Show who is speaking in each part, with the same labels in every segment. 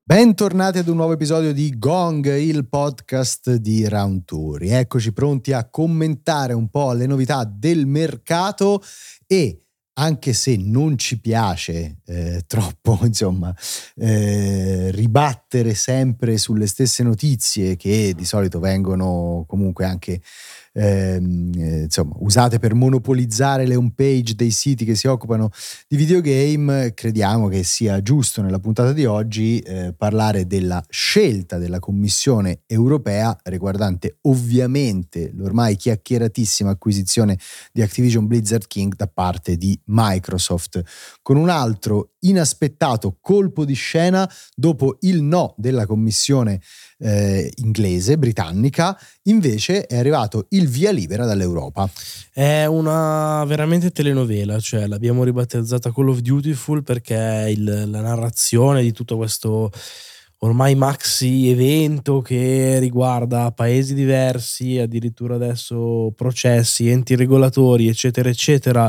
Speaker 1: Bentornati ad un nuovo episodio di Gong, il podcast di Round2. Eccoci pronti a commentare un po' le novità del mercato e anche se non ci piace troppo, insomma, ribattere sempre sulle stesse notizie che di solito vengono comunque anche insomma, usate per monopolizzare le home page dei siti che si occupano di videogame, crediamo che sia giusto nella puntata di oggi parlare della scelta della Commissione europea riguardante ovviamente l'ormai chiacchieratissima acquisizione di Activision Blizzard King da parte di Microsoft, con un altro inaspettato colpo di scena dopo il no della Commissione inglese, britannica. Invece è arrivato il via libera dall'Europa.
Speaker 2: È una veramente telenovela, cioè l'abbiamo ribattezzata Call of Dutyful perché la narrazione di tutto questo ormai maxi evento che riguarda paesi diversi, addirittura adesso processi, enti regolatori eccetera eccetera,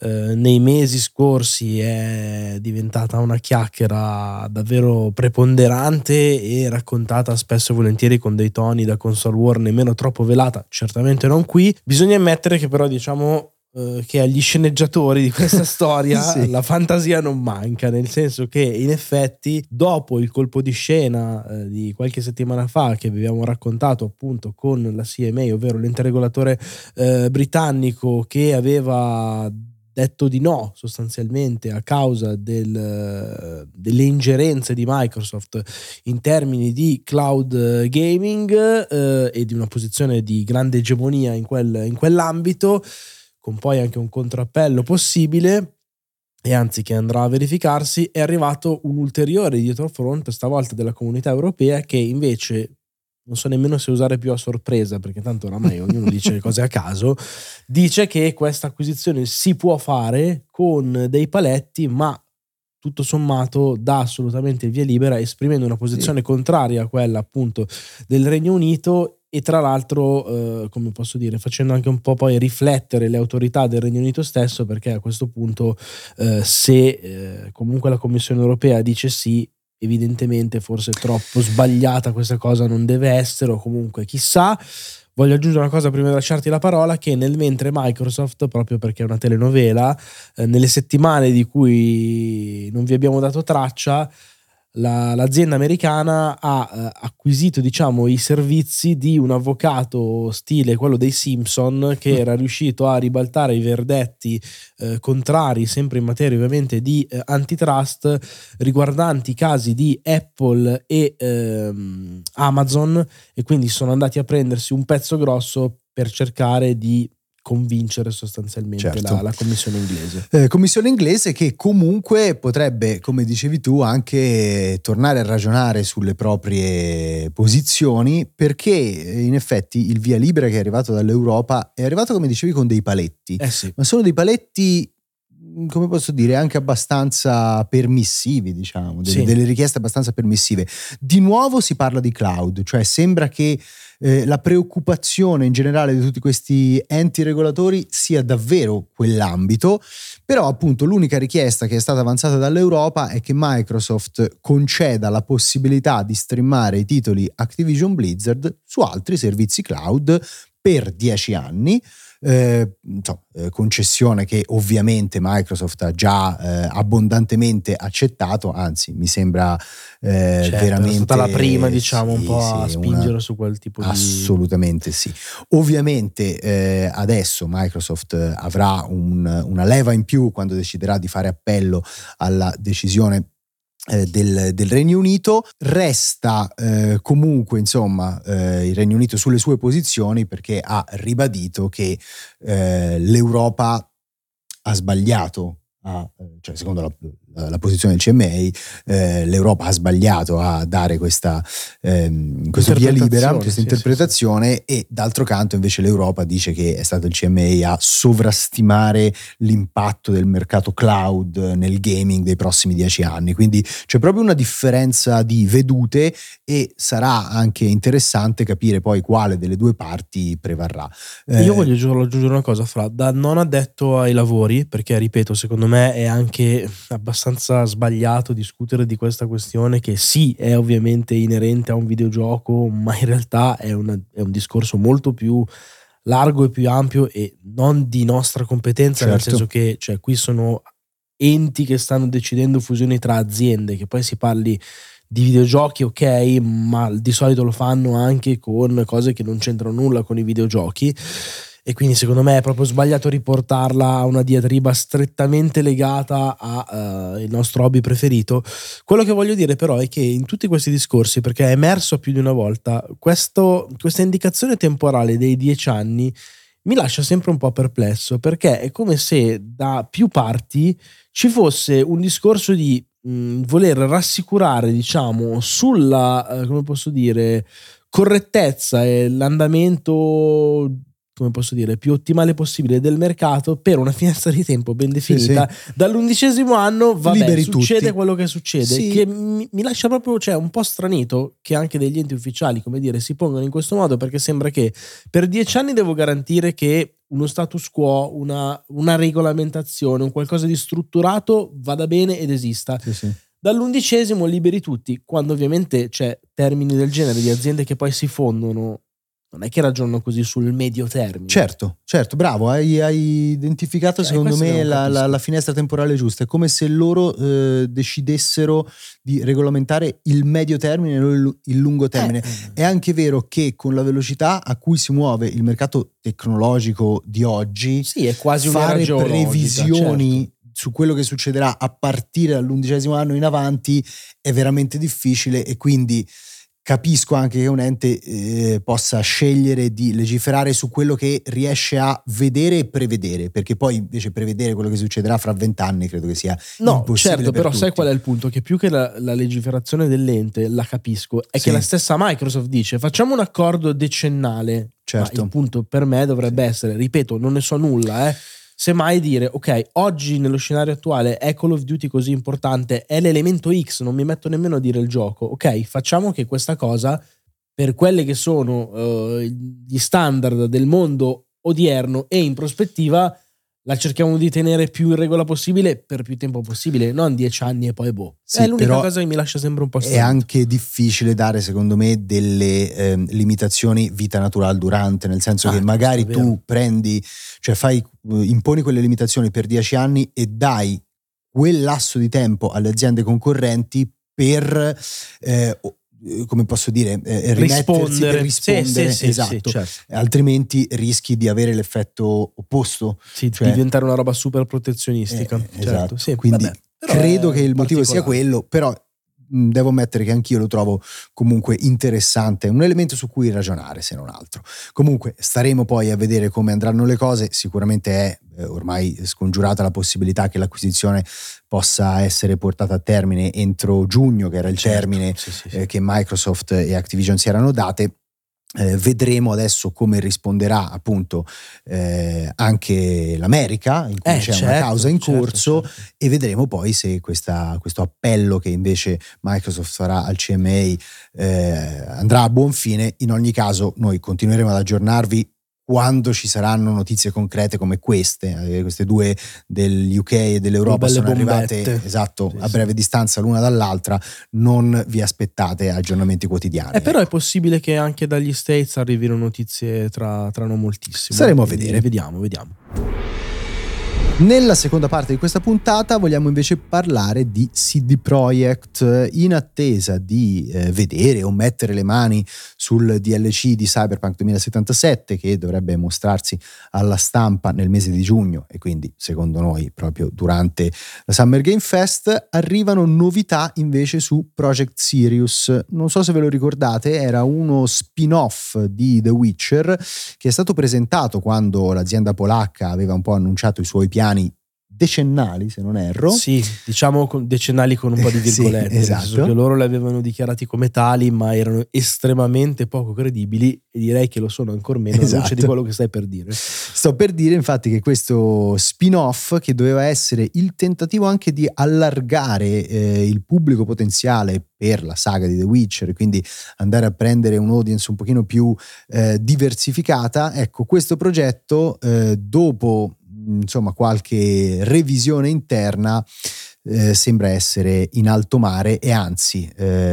Speaker 2: nei mesi scorsi è diventata una chiacchiera davvero preponderante e raccontata spesso e volentieri con dei toni da console war nemmeno troppo velata, certamente non qui. Bisogna ammettere che però diciamo che agli sceneggiatori di questa storia sì, la fantasia non manca, nel senso che in effetti dopo il colpo di scena di qualche settimana fa che vi abbiamo raccontato appunto con la CMA, ovvero l'ente regolatore britannico, che aveva detto di no sostanzialmente a causa delle ingerenze di Microsoft in termini di cloud gaming e di una posizione di grande egemonia in quell'ambito, con poi anche un contrappello possibile, e anzi che andrà a verificarsi, è arrivato un ulteriore dietrofront, stavolta della Comunità Europea, che invece, non so nemmeno se usare più a sorpresa, perché tanto oramai ognuno dice le cose a caso, dice che questa acquisizione si può fare con dei paletti, ma tutto sommato dà assolutamente il via libera, esprimendo una posizione contraria a quella appunto del Regno Unito. E tra l'altro, come posso dire, facendo anche un po' poi riflettere le autorità del Regno Unito stesso, perché a questo punto se comunque la Commissione Europea dice sì, evidentemente forse è troppo sbagliata questa cosa, non deve essere, o comunque chissà. Voglio aggiungere una cosa prima di lasciarti la parola, che nel mentre Microsoft, proprio perché è una telenovela, nelle settimane di cui non vi abbiamo dato traccia, l'azienda americana ha acquisito, diciamo, i servizi di un avvocato stile quello dei Simpson, che era riuscito a ribaltare i verdetti contrari, sempre in materia ovviamente di antitrust, riguardanti i casi di Apple e Amazon, e quindi sono andati a prendersi un pezzo grosso per cercare di convincere sostanzialmente la commissione inglese.
Speaker 1: Commissione inglese che comunque potrebbe, come dicevi tu, anche tornare a ragionare sulle proprie posizioni, perché in effetti il via libera che è arrivato dall'Europa è arrivato, come dicevi, con dei paletti,
Speaker 2: sì,
Speaker 1: ma sono dei paletti, come posso dire, anche abbastanza permissivi, diciamo, delle richieste abbastanza permissive. Di nuovo si parla di cloud, cioè sembra che la preoccupazione in generale di tutti questi enti regolatori sia davvero quell'ambito, però appunto l'unica richiesta che è stata avanzata dall'Europa è che Microsoft conceda la possibilità di streamare i titoli Activision Blizzard su altri servizi cloud per 10 anni, concessione che ovviamente Microsoft ha già abbondantemente accettato, anzi mi sembra veramente
Speaker 2: è stata la prima, diciamo, un po' a spingere su quel tipo di...
Speaker 1: Assolutamente sì. Ovviamente adesso Microsoft avrà una leva in più quando deciderà di fare appello alla decisione del Regno Unito. Resta comunque, insomma, il Regno Unito sulle sue posizioni, perché ha ribadito che l'Europa ha sbagliato cioè secondo la posizione del CMA, l'Europa ha sbagliato a dare questa via libera, questa interpretazione, e d'altro canto invece l'Europa dice che è stato il CMA a sovrastimare l'impatto del mercato cloud nel gaming dei prossimi 10 anni, quindi c'è proprio una differenza di vedute e sarà anche interessante capire poi quale delle due parti prevarrà.
Speaker 2: Io voglio aggiungere una cosa, Fra, da non addetto ai lavori, perché ripeto, secondo me è anche abbastanza abbastanza sbagliato discutere di questa questione, che sì, è ovviamente inerente a un videogioco, ma in realtà è un discorso molto più largo e più ampio e non di nostra competenza,
Speaker 1: Certo.
Speaker 2: nel senso che qui sono enti che stanno decidendo fusioni tra aziende, che poi si parli di videogiochi, ok, ma di solito lo fanno anche con cose che non c'entrano nulla con i videogiochi, e quindi secondo me è proprio sbagliato riportarla a una diatriba strettamente legata a il nostro hobby preferito. Quello che voglio dire però è che in tutti questi discorsi, perché è emerso più di una volta, questa indicazione temporale dei 10 anni mi lascia sempre un po' perplesso, perché è come se da più parti ci fosse un discorso di voler rassicurare, diciamo, sulla, come posso dire, correttezza e l'andamento, come posso dire, più ottimale possibile del mercato per una finestra di tempo ben definita.
Speaker 1: Sì.
Speaker 2: Dall'11° anno, vabbè,
Speaker 1: Liberi
Speaker 2: succede
Speaker 1: tutti.
Speaker 2: quello che succede,
Speaker 1: Sì.
Speaker 2: che mi lascia proprio, cioè, un po' stranito che anche degli enti ufficiali, come dire, si pongano in questo modo, perché sembra che per 10 anni devo garantire che uno status quo, una regolamentazione, un qualcosa di strutturato vada bene ed esista.
Speaker 1: Sì.
Speaker 2: Dall'11° liberi tutti, quando ovviamente c'è termini del genere di aziende che poi si fondono, non è che ragionano così sul medio termine.
Speaker 1: Certo, bravo, hai identificato secondo me la finestra temporale giusta. È come se loro decidessero di regolamentare il medio termine e non il lungo termine. È anche vero che con la velocità a cui si muove il mercato tecnologico di oggi,
Speaker 2: sì, è quasi
Speaker 1: fare
Speaker 2: un'era
Speaker 1: previsioni,
Speaker 2: certo,
Speaker 1: su quello che succederà a partire dall'11° anno in avanti è veramente difficile, e quindi capisco anche che un ente possa scegliere di legiferare su quello che riesce a vedere e prevedere, perché poi invece prevedere quello che succederà fra 20 anni credo che sia impossibile.
Speaker 2: Certo,
Speaker 1: per
Speaker 2: però
Speaker 1: tutti.
Speaker 2: Sai qual è il punto? Che più che la legiferazione dell'ente, la capisco, è che la stessa Microsoft dice facciamo un accordo decennale.
Speaker 1: Certo.
Speaker 2: Ma il punto per me dovrebbe essere, ripeto, non ne so nulla, semmai dire, ok, oggi nello scenario attuale è Call of Duty così importante, è l'elemento X, non mi metto nemmeno a dire il gioco, ok, facciamo che questa cosa, per quelle che sono gli standard del mondo odierno e in prospettiva, la cerchiamo di tenere più in regola possibile per più tempo possibile, non 10 anni e poi boh.
Speaker 1: Sì,
Speaker 2: è l'unica
Speaker 1: però
Speaker 2: cosa che mi lascia sempre un po'
Speaker 1: è
Speaker 2: strano.
Speaker 1: anche difficile dare, secondo me, delle limitazioni vita natural durante, nel senso che magari tu prendi, cioè imponi quelle limitazioni per 10 anni e dai quel lasso di tempo alle aziende concorrenti per come posso dire, rimettersi per rispondere.
Speaker 2: Sì,
Speaker 1: esatto.
Speaker 2: certo.
Speaker 1: Altrimenti rischi di avere l'effetto opposto,
Speaker 2: sì,
Speaker 1: cioè
Speaker 2: diventare una roba super protezionistica. Certo.
Speaker 1: Esatto.
Speaker 2: Sì,
Speaker 1: quindi
Speaker 2: vabbè,
Speaker 1: credo che il motivo sia quello, però devo ammettere che anch'io lo trovo comunque interessante, un elemento su cui ragionare se non altro. Comunque staremo poi a vedere come andranno le cose. Sicuramente è ormai scongiurata la possibilità che l'acquisizione possa essere portata a termine entro giugno, che era il termine che Microsoft e Activision si erano date. Vedremo adesso come risponderà appunto anche l'America, in cui c'è una causa in corso, e vedremo poi se questo appello che invece Microsoft farà al CMA andrà a buon fine. In ogni caso noi continueremo ad aggiornarvi quando ci saranno notizie concrete come queste due degli UK e dell'Europa sono arrivate a breve distanza l'una dall'altra. Non vi aspettate aggiornamenti quotidiani.
Speaker 2: Però è possibile che anche dagli States arrivino notizie tra non moltissimo.
Speaker 1: Staremo a vedere.
Speaker 2: Vediamo.
Speaker 1: Nella seconda parte di questa puntata vogliamo invece parlare di CD Projekt, in attesa di vedere o mettere le mani sul DLC di Cyberpunk 2077 che dovrebbe mostrarsi alla stampa nel mese di giugno, e quindi secondo noi proprio durante la Summer Game Fest. Arrivano novità invece su Project Sirius. Non so se ve lo ricordate, era uno spin-off di The Witcher che è stato presentato quando l'azienda polacca aveva un po' annunciato i suoi piani decennali, se non erro.
Speaker 2: Sì, diciamo decennali con un po' di virgolette,
Speaker 1: sì, esatto.
Speaker 2: Nel senso che loro li avevano dichiarati come tali, ma erano estremamente poco credibili, e direi che lo sono ancora meno alla luce di quello che stai per dire.
Speaker 1: Sto per dire infatti che questo spin-off, che doveva essere il tentativo anche di allargare il pubblico potenziale per la saga di The Witcher, quindi andare a prendere un audience un pochino più diversificata, ecco, questo progetto dopo insomma qualche revisione interna sembra essere in alto mare, e anzi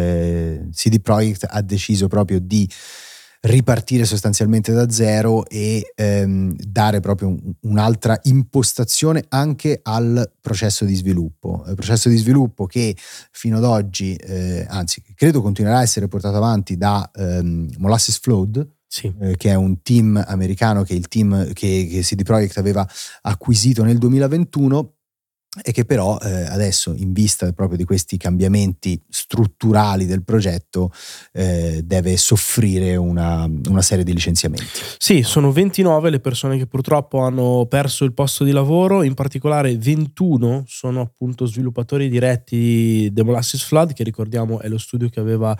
Speaker 1: CD Projekt ha deciso proprio di ripartire sostanzialmente da zero e dare proprio un'altra impostazione anche al processo di sviluppo. Il processo di sviluppo che fino ad oggi, anzi credo continuerà a essere portato avanti da Molasses Flood,
Speaker 2: Sì.
Speaker 1: Che è un team americano, che è il team che CD Projekt aveva acquisito nel 2021, e che però adesso, in vista proprio di questi cambiamenti strutturali del progetto, deve soffrire una serie di licenziamenti.
Speaker 2: Sì, sono 29 le persone che purtroppo hanno perso il posto di lavoro, in particolare 21 sono appunto sviluppatori diretti di The Molasses Flood, che ricordiamo è lo studio che aveva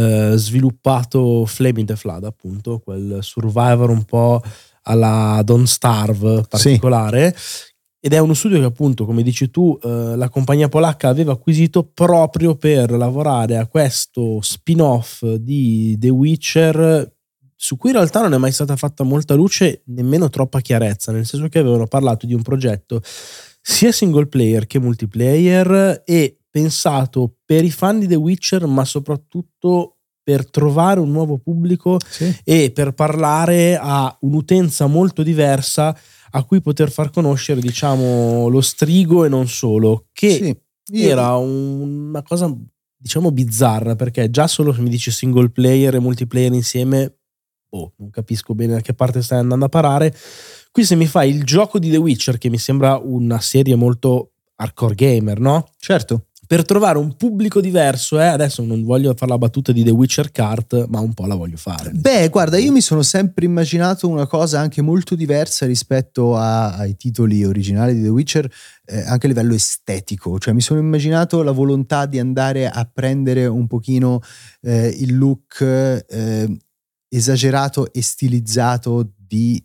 Speaker 2: sviluppato Flame in the Flood, appunto, quel survivor un po' alla Don't Starve particolare. Sì. Ed è uno studio che appunto, come dici tu, la compagnia polacca aveva acquisito proprio per lavorare a questo spin-off di The Witcher, su cui in realtà non è mai stata fatta molta luce, nemmeno troppa chiarezza, nel senso che avevano parlato di un progetto sia single player che multiplayer, e pensato per i fan di The Witcher, ma soprattutto per trovare un nuovo pubblico, sì, e per parlare a un'utenza molto diversa a cui poter far conoscere, diciamo, lo strigo e non solo, che sì, era una cosa, diciamo, bizzarra, perché già solo se mi dici single player e multiplayer insieme, non capisco bene da che parte stai andando a parare. Qui se mi fai il gioco di The Witcher, che mi sembra una serie molto hardcore gamer, no?
Speaker 1: Certo.
Speaker 2: Per trovare un pubblico diverso, adesso non voglio fare la battuta di The Witcher Kart, ma un po' la voglio fare.
Speaker 1: Beh, guarda, io mi sono sempre immaginato una cosa anche molto diversa rispetto ai titoli originali di The Witcher, anche a livello estetico. Cioè mi sono immaginato la volontà di andare a prendere un pochino il look esagerato e stilizzato di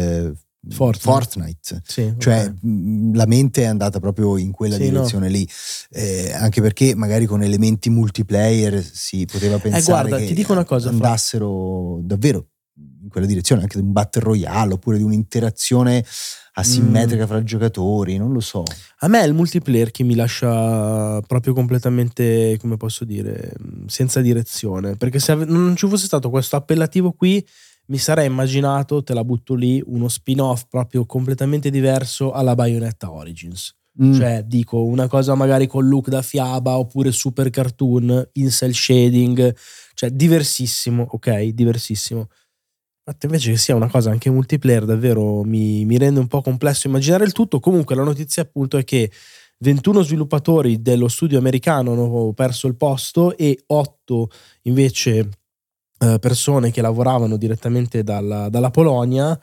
Speaker 1: Fortnite.
Speaker 2: Sì,
Speaker 1: cioè la mente è andata proprio in quella direzione lì, anche perché magari con elementi multiplayer si poteva pensare
Speaker 2: guarda,
Speaker 1: che
Speaker 2: ti dico una cosa,
Speaker 1: andassero davvero in quella direzione, anche di un battle royale oppure di un'interazione asimmetrica fra giocatori, non lo so.
Speaker 2: A me è il multiplayer che mi lascia proprio completamente, come posso dire, senza direzione, perché se non ci fosse stato questo appellativo qui, mi sarei immaginato, te la butto lì, uno spin-off proprio completamente diverso alla Bayonetta Origins. Cioè, dico, una cosa magari con look da fiaba, oppure super cartoon, in cel shading, cioè diversissimo, ok? Diversissimo. Ma invece che sia una cosa anche multiplayer, davvero mi rende un po' complesso immaginare il tutto. Comunque la notizia appunto è che 21 sviluppatori dello studio americano hanno perso il posto, e 8 invece persone che lavoravano direttamente dalla Polonia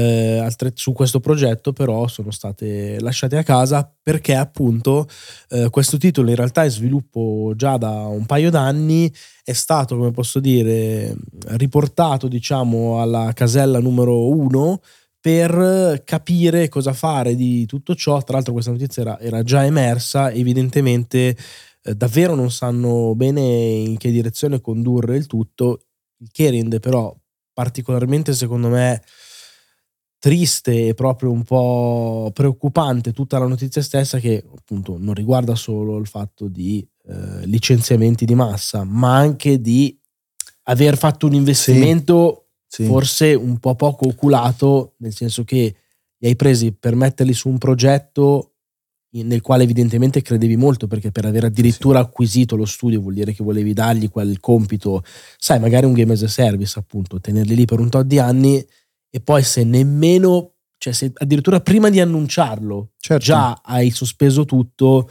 Speaker 2: su questo progetto però sono state lasciate a casa, perché appunto questo titolo in realtà è in sviluppo già da un paio d'anni, è stato, come posso dire, riportato, diciamo, alla casella numero 1 per capire cosa fare di tutto ciò. Tra l'altro questa notizia era già emersa, evidentemente davvero non sanno bene in che direzione condurre il tutto, il che rende però particolarmente, secondo me, triste e proprio un po' preoccupante tutta la notizia stessa, che appunto non riguarda solo il fatto di licenziamenti di massa, ma anche di aver fatto un investimento forse un po' poco oculato, nel senso che li hai presi per metterli su un progetto nel quale evidentemente credevi molto, perché per aver addirittura acquisito lo studio vuol dire che volevi dargli quel compito, sai, magari un game as a service, appunto, tenerli lì per un tot di anni, e poi se nemmeno, cioè se addirittura prima di annunciarlo già hai sospeso tutto,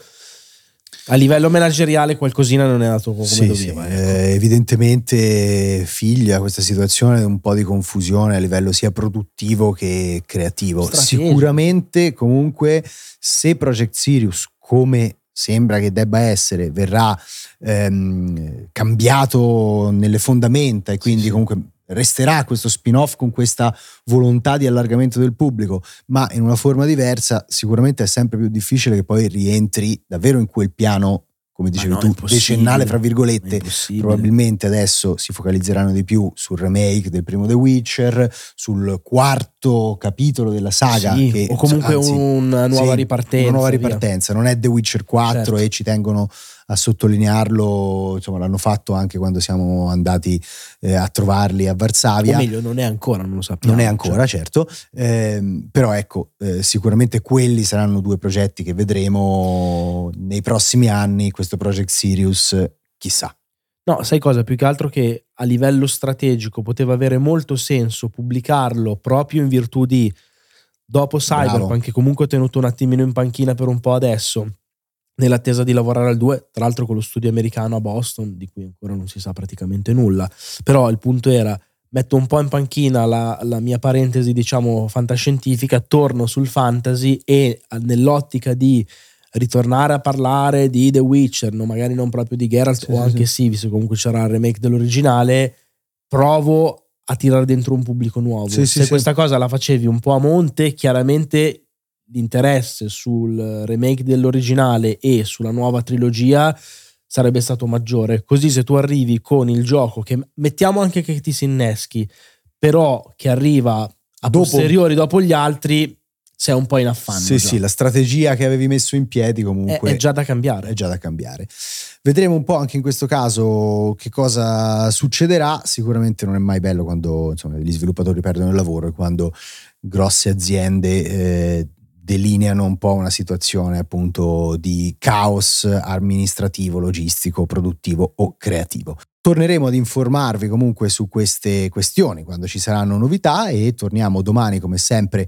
Speaker 2: a livello manageriale qualcosina non è andato come doveva. Ecco.
Speaker 1: Evidentemente figlia questa situazione un po' di confusione a livello sia produttivo che creativo.
Speaker 2: Strategico.
Speaker 1: Sicuramente comunque, se Project Sirius, come sembra che debba essere, verrà cambiato nelle fondamenta, e quindi comunque resterà questo spin-off con questa volontà di allargamento del pubblico, ma in una forma diversa, sicuramente è sempre più difficile che poi rientri davvero in quel piano come dicevi tu, decennale fra virgolette. Probabilmente adesso si focalizzeranno di più sul remake del primo The Witcher, sul quarto capitolo della saga,
Speaker 2: sì, o comunque una nuova ripartenza.
Speaker 1: Una nuova ripartenza, non è The Witcher 4, certo. E ci tengono a sottolinearlo, insomma l'hanno fatto anche quando siamo andati a trovarli a Varsavia.
Speaker 2: O meglio, non è ancora, non lo sappiamo.
Speaker 1: Non è ancora, certo. Però ecco, sicuramente quelli saranno due progetti che vedremo nei prossimi anni. Questo Project Sirius, chissà.
Speaker 2: No, sai cosa? Più che altro che a livello strategico poteva avere molto senso pubblicarlo proprio in virtù di dopo Cyberpunk, che comunque ho tenuto un attimino in panchina per un po' adesso, nell'attesa di lavorare al 2, tra l'altro con lo studio americano a Boston, di cui ancora non si sa praticamente nulla. Però il punto era, metto un po' in panchina la mia parentesi, diciamo, fantascientifica, torno sul fantasy e nell'ottica di ritornare a parlare di The Witcher, no, magari non proprio di Geralt, o anche sì, visto che comunque c'era il remake dell'originale, provo a tirare dentro un pubblico nuovo. Se questa cosa la facevi un po' a monte, chiaramente l'interesse sul remake dell'originale e sulla nuova trilogia sarebbe stato maggiore. Così se tu arrivi con il gioco, che mettiamo anche che ti si inneschi, però che arriva a posteriori dopo gli altri, sei un po' in affanno.
Speaker 1: Sì, la strategia che avevi messo in piedi comunque
Speaker 2: è già da cambiare.
Speaker 1: È già da cambiare. Vedremo un po' anche in questo caso che cosa succederà. Sicuramente non è mai bello quando, insomma, gli sviluppatori perdono il lavoro e quando grosse aziende delineano un po' una situazione appunto di caos amministrativo, logistico, produttivo o creativo. Torneremo ad informarvi comunque su queste questioni quando ci saranno novità, e torniamo domani come sempre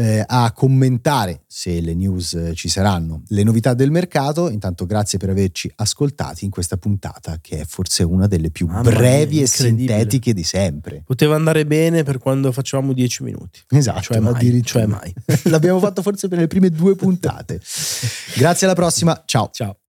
Speaker 1: a commentare, se le news ci saranno, le novità del mercato. Intanto grazie per averci ascoltati in questa puntata, che è forse una delle più brevi e sintetiche di sempre.
Speaker 2: Poteva andare bene per quando facevamo 10 minuti.
Speaker 1: Esatto,
Speaker 2: cioè mai.
Speaker 1: L'abbiamo fatto forse per le prime 2 puntate. Grazie, alla prossima, ciao.